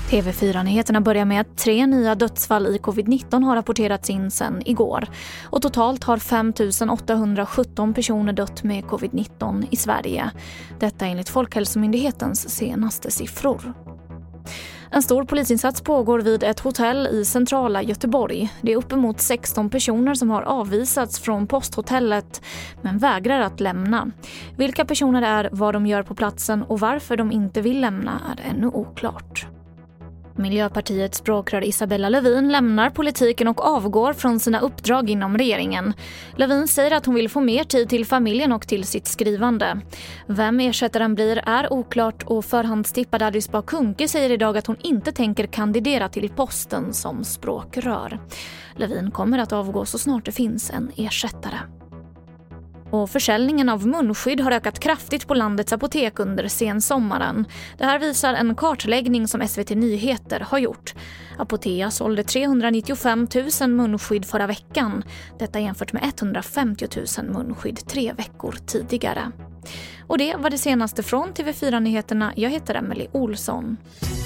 TV4-nyheterna börjar med att 3 nya dödsfall i covid-19 har rapporterats in sedan igår. Och totalt har 5 817 personer dött med covid-19 i Sverige. Detta enligt Folkhälsomyndighetens senaste siffror. En stor polisinsats pågår vid ett hotell i centrala Göteborg. Det är uppemot 16 personer som har avvisats från posthotellet men vägrar att lämna. Vilka personer det är, vad de gör på platsen och varför de inte vill lämna är ännu oklart. Miljöpartiets språkrör Isabella Lövin lämnar politiken och avgår från sina uppdrag inom regeringen. Lövin säger att hon vill få mer tid till familjen och till sitt skrivande. Vem ersättaren blir är oklart och förhandstippad Adis Bakunke säger idag att hon inte tänker kandidera till posten som språkrör. Lövin kommer att avgå så snart det finns en ersättare. Och försäljningen av munskydd har ökat kraftigt på landets apotek under sensommaren. Det här visar en kartläggning som SVT Nyheter har gjort. Apotea sålde 395 000 munskydd förra veckan. Detta jämfört med 150 000 munskydd 3 veckor tidigare. Och det var det senaste från TV4-nyheterna. Jag heter Emily Olsson.